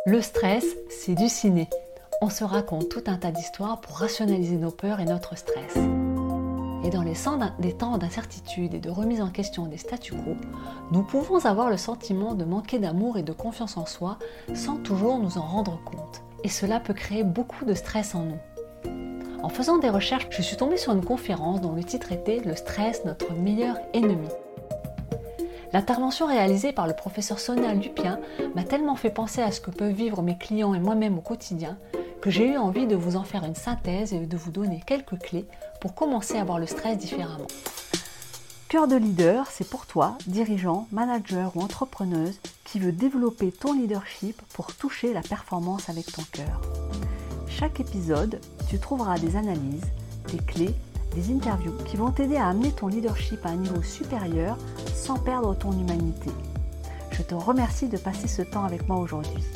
Le stress, c'est du ciné. On se raconte tout un tas d'histoires pour rationaliser nos peurs et notre stress. Et dans des temps d'incertitude et de remise en question des statu quo, nous pouvons avoir le sentiment de manquer d'amour et de confiance en soi sans toujours nous en rendre compte. Et cela peut créer beaucoup de stress en nous. En faisant des recherches, je suis tombée sur une conférence dont le titre était « Le stress, notre meilleur ennemi ». L'intervention réalisée par le professeur Sonia Lupien m'a tellement fait penser à ce que peuvent vivre mes clients et moi-même au quotidien que j'ai eu envie de vous en faire une synthèse et de vous donner quelques clés pour commencer à voir le stress différemment. Cœur de leader, c'est pour toi, dirigeant, manager ou entrepreneuse qui veut développer ton leadership pour toucher la performance avec ton cœur. Chaque épisode, tu trouveras des analyses, des clés, des interviews qui vont t'aider à amener ton leadership à un niveau supérieur sans perdre ton humanité. Je te remercie de passer ce temps avec moi aujourd'hui.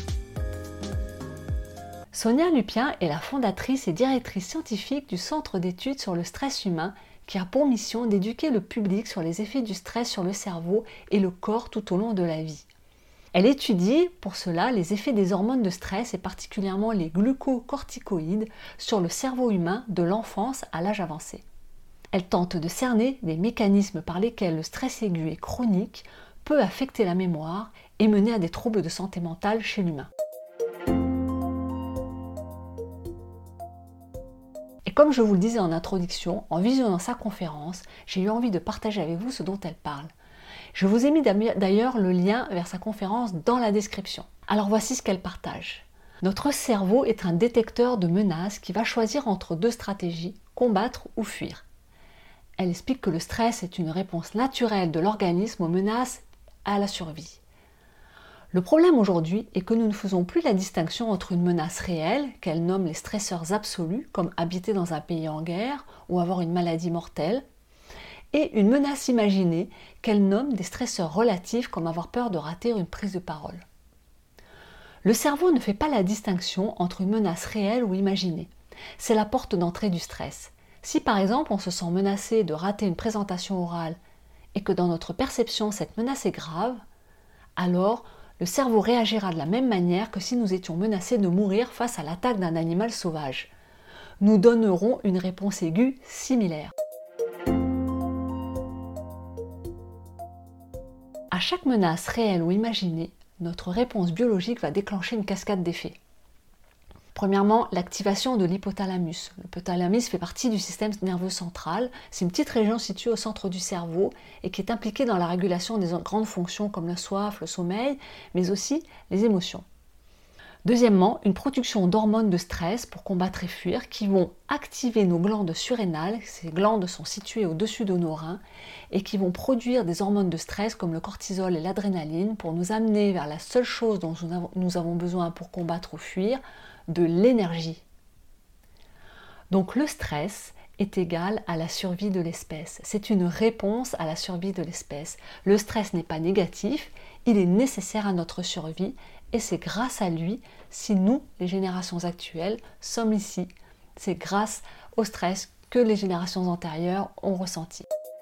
Sonia Lupien est la fondatrice et directrice scientifique du Centre d'études sur le stress humain qui a pour mission d'éduquer le public sur les effets du stress sur le cerveau et le corps tout au long de la vie. Elle étudie pour cela les effets des hormones de stress et particulièrement les glucocorticoïdes sur le cerveau humain de l'enfance à l'âge avancé. Elle tente de cerner les mécanismes par lesquels le stress aigu et chronique peut affecter la mémoire et mener à des troubles de santé mentale chez l'humain. Et comme je vous le disais en introduction, en visionnant sa conférence, j'ai eu envie de partager avec vous ce dont elle parle. Je vous ai mis d'ailleurs le lien vers sa conférence dans la description. Alors voici ce qu'elle partage. Notre cerveau est un détecteur de menaces qui va choisir entre deux stratégies, combattre ou fuir. Elle explique que le stress est une réponse naturelle de l'organisme aux menaces à la survie. Le problème aujourd'hui est que nous ne faisons plus la distinction entre une menace réelle, qu'elle nomme les stresseurs absolus, comme habiter dans un pays en guerre ou avoir une maladie mortelle, et une menace imaginée, qu'elle nomme des stresseurs relatifs, comme avoir peur de rater une prise de parole. Le cerveau ne fait pas la distinction entre une menace réelle ou imaginée. C'est la porte d'entrée du stress. Si par exemple on se sent menacé de rater une présentation orale et que dans notre perception cette menace est grave, alors le cerveau réagira de la même manière que si nous étions menacés de mourir face à l'attaque d'un animal sauvage. Nous donnerons une réponse aiguë similaire. À chaque menace réelle ou imaginée, notre réponse biologique va déclencher une cascade d'effets. Premièrement, l'activation de l'hypothalamus. L'hypothalamus fait partie du système nerveux central. C'est une petite région située au centre du cerveau et qui est impliquée dans la régulation des grandes fonctions comme la soif, le sommeil, mais aussi les émotions. Deuxièmement, une production d'hormones de stress pour combattre et fuir qui vont activer nos glandes surrénales. Ces glandes sont situées au-dessus de nos reins et qui vont produire des hormones de stress comme le cortisol et l'adrénaline pour nous amener vers la seule chose dont nous avons besoin pour combattre ou fuir, de l'énergie. Donc le stress est égal à la survie de l'espèce. C'est une réponse à la survie de l'espèce. Le stress n'est pas négatif, il est nécessaire à notre survie et c'est grâce à lui si nous, les générations actuelles, sommes ici. C'est grâce au stress que les générations antérieures ont ressenti.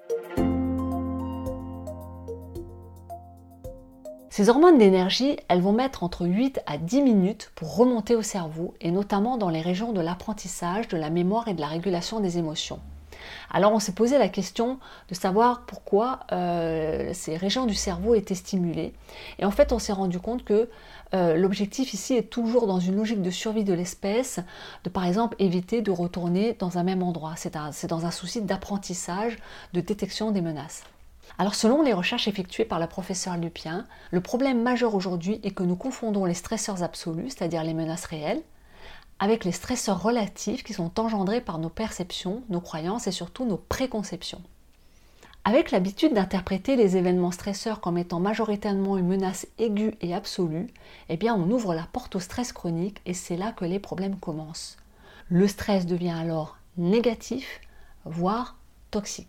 Ces hormones d'énergie, elles vont mettre entre 8 à 10 minutes pour remonter au cerveau et notamment dans les régions de l'apprentissage, de la mémoire et de la régulation des émotions. Alors on s'est posé la question de savoir pourquoi ces régions du cerveau étaient stimulées et en fait on s'est rendu compte que l'objectif ici est toujours dans une logique de survie de l'espèce, de par exemple éviter de retourner dans un même endroit. C'est dans un souci d'apprentissage, de détection des menaces. Alors selon les recherches effectuées par la professeure Lupien, le problème majeur aujourd'hui est que nous confondons les stresseurs absolus, c'est-à-dire les menaces réelles, avec les stresseurs relatifs qui sont engendrés par nos perceptions, nos croyances et surtout nos préconceptions. Avec l'habitude d'interpréter les événements stresseurs comme étant majoritairement une menace aiguë et absolue, eh bien on ouvre la porte au stress chronique et c'est là que les problèmes commencent. Le stress devient alors négatif, voire toxique.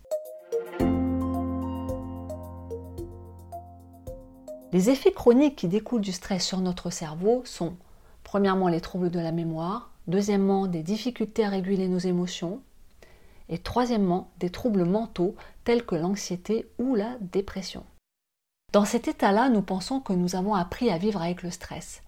Les effets chroniques qui découlent du stress sur notre cerveau sont premièrement les troubles de la mémoire, deuxièmement des difficultés à réguler nos émotions et troisièmement des troubles mentaux tels que l'anxiété ou la dépression. Dans cet état-là, nous pensons que nous avons appris à vivre avec le stress.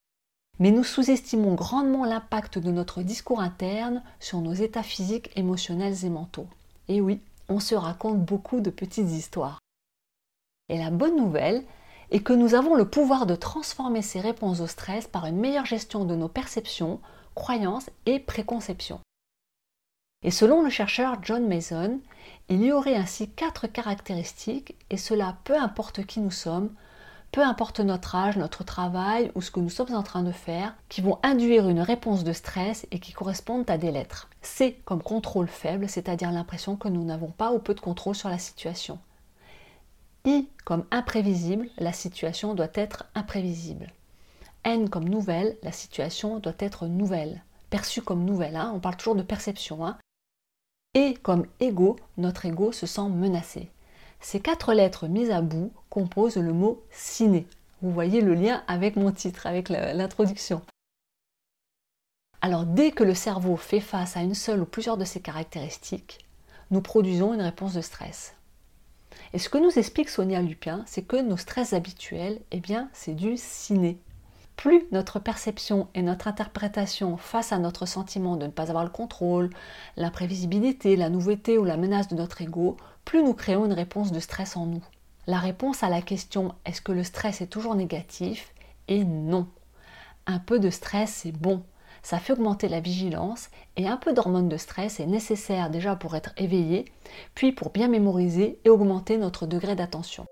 Mais nous sous-estimons grandement l'impact de notre discours interne sur nos états physiques, émotionnels et mentaux. Et oui, on se raconte beaucoup de petites histoires. Et la bonne nouvelle est que nous avons le pouvoir de transformer ces réponses au stress par une meilleure gestion de nos perceptions, croyances et préconceptions. Et selon le chercheur John Mason, il y aurait ainsi 4 caractéristiques, et cela peu importe qui nous sommes, peu importe notre âge, notre travail ou ce que nous sommes en train de faire, qui vont induire une réponse de stress et qui correspondent à des lettres. C comme contrôle faible, c'est-à-dire l'impression que nous n'avons pas ou peu de contrôle sur la situation. I comme imprévisible, la situation doit être imprévisible. N comme nouvelle, la situation doit être nouvelle, perçue comme nouvelle, on parle toujours de perception. Et comme ego, notre ego se sent menacé. Ces 4 lettres mises à bout composent le mot ciné. Vous voyez le lien avec mon titre, avec l'introduction. Alors dès que le cerveau fait face à une seule ou plusieurs de ces caractéristiques, nous produisons une réponse de stress. Et ce que nous explique Sonia Lupien, c'est que nos stress habituels, c'est du ciné. Plus notre perception et notre interprétation face à notre sentiment de ne pas avoir le contrôle, l'imprévisibilité, la nouveauté ou la menace de notre ego, plus nous créons une réponse de stress en nous. La réponse à la question « est-ce que le stress est toujours négatif ?» est non. Un peu de stress, c'est bon. Ça fait augmenter la vigilance et un peu d'hormone de stress est nécessaire déjà pour être éveillé, puis pour bien mémoriser et augmenter notre degré d'attention.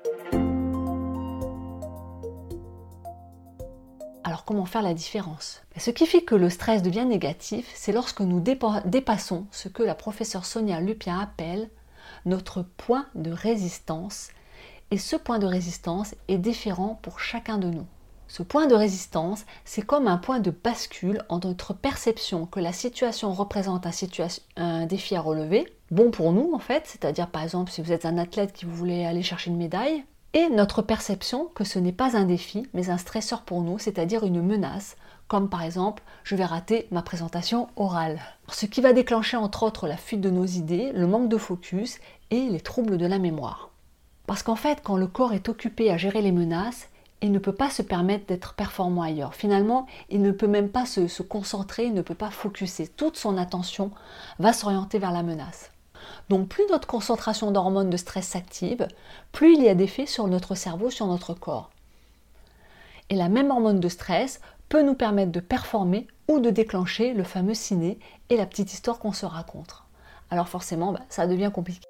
Alors comment faire la différence? Ce qui fait que le stress devient négatif, c'est lorsque nous dépassons ce que la professeure Sonia Lupien appelle notre point de résistance. Et ce point de résistance est différent pour chacun de nous. Ce point de résistance, c'est comme un point de bascule entre notre perception que la situation représente un défi à relever, bon pour nous en fait, c'est-à-dire par exemple si vous êtes un athlète qui voulait aller chercher une médaille, et notre perception que ce n'est pas un défi, mais un stresseur pour nous, c'est-à-dire une menace, comme par exemple, je vais rater ma présentation orale. Ce qui va déclencher entre autres la fuite de nos idées, le manque de focus et les troubles de la mémoire. Parce qu'en fait, quand le corps est occupé à gérer les menaces, il ne peut pas se permettre d'être performant ailleurs. Finalement, il ne peut même pas se concentrer, il ne peut pas focuser. Toute son attention va s'orienter vers la menace. Donc plus notre concentration d'hormones de stress s'active, plus il y a d'effets sur notre cerveau, sur notre corps. Et la même hormone de stress peut nous permettre de performer ou de déclencher le fameux ciné et la petite histoire qu'on se raconte. Alors forcément, ça devient compliqué.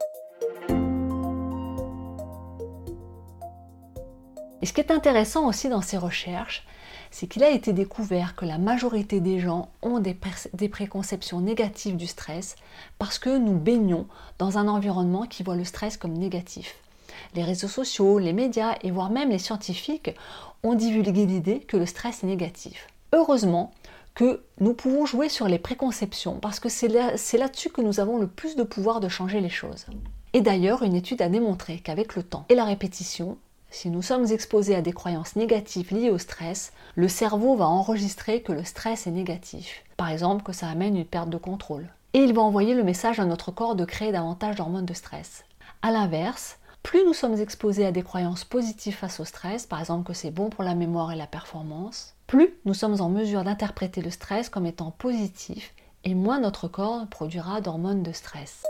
Et ce qui est intéressant aussi dans ces recherches, c'est qu'il a été découvert que la majorité des gens ont des préconceptions négatives du stress parce que nous baignons dans un environnement qui voit le stress comme négatif. Les réseaux sociaux, les médias et voire même les scientifiques ont divulgué l'idée que le stress est négatif. Heureusement que nous pouvons jouer sur les préconceptions parce que c'est là-dessus que nous avons le plus de pouvoir de changer les choses. Et d'ailleurs, une étude a démontré qu'avec le temps et la répétition, si nous sommes exposés à des croyances négatives liées au stress, le cerveau va enregistrer que le stress est négatif. Par exemple, que ça amène une perte de contrôle. Et il va envoyer le message à notre corps de créer davantage d'hormones de stress. A l'inverse, plus nous sommes exposés à des croyances positives face au stress, par exemple que c'est bon pour la mémoire et la performance, plus nous sommes en mesure d'interpréter le stress comme étant positif et moins notre corps produira d'hormones de stress.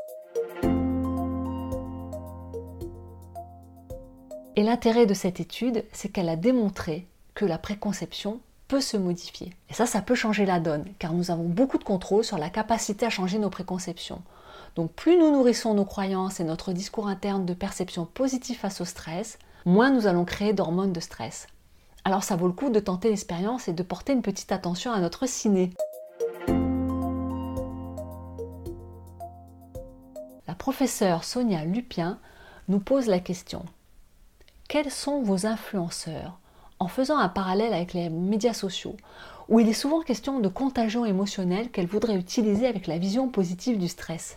Et l'intérêt de cette étude, c'est qu'elle a démontré que la préconception peut se modifier. Et ça peut changer la donne, car nous avons beaucoup de contrôle sur la capacité à changer nos préconceptions. Donc plus nous nourrissons nos croyances et notre discours interne de perception positive face au stress, moins nous allons créer d'hormones de stress. Alors ça vaut le coup de tenter l'expérience et de porter une petite attention à notre ciné. La professeure Sonia Lupien nous pose la question: quels sont vos influenceurs? En faisant un parallèle avec les médias sociaux, où il est souvent question de contagion émotionnelle qu'elle voudrait utiliser avec la vision positive du stress.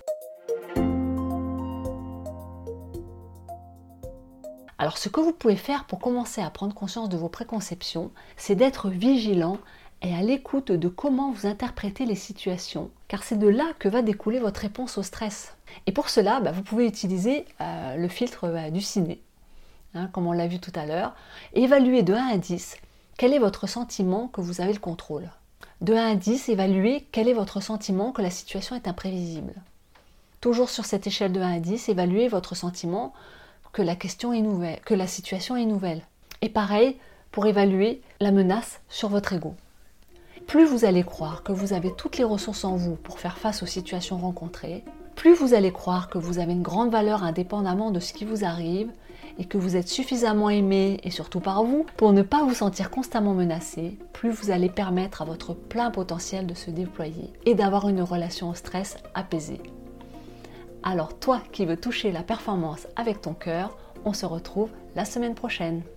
Alors ce que vous pouvez faire pour commencer à prendre conscience de vos préconceptions, c'est d'être vigilant et à l'écoute de comment vous interprétez les situations, car c'est de là que va découler votre réponse au stress. Et pour cela, vous pouvez utiliser le filtre du ciné. Comme on l'a vu tout à l'heure, évaluer de 1 à 10 quel est votre sentiment que vous avez le contrôle? De 1 à 10, évaluez quel est votre sentiment que la situation est imprévisible. Toujours sur cette échelle de 1 à 10, évaluez votre sentiment que la situation est nouvelle. Et pareil pour évaluer la menace sur votre ego. Plus vous allez croire que vous avez toutes les ressources en vous pour faire face aux situations rencontrées, plus vous allez croire que vous avez une grande valeur indépendamment de ce qui vous arrive et que vous êtes suffisamment aimé et surtout par vous pour ne pas vous sentir constamment menacé, plus vous allez permettre à votre plein potentiel de se déployer et d'avoir une relation au stress apaisée. Alors toi qui veux toucher la performance avec ton cœur, on se retrouve la semaine prochaine.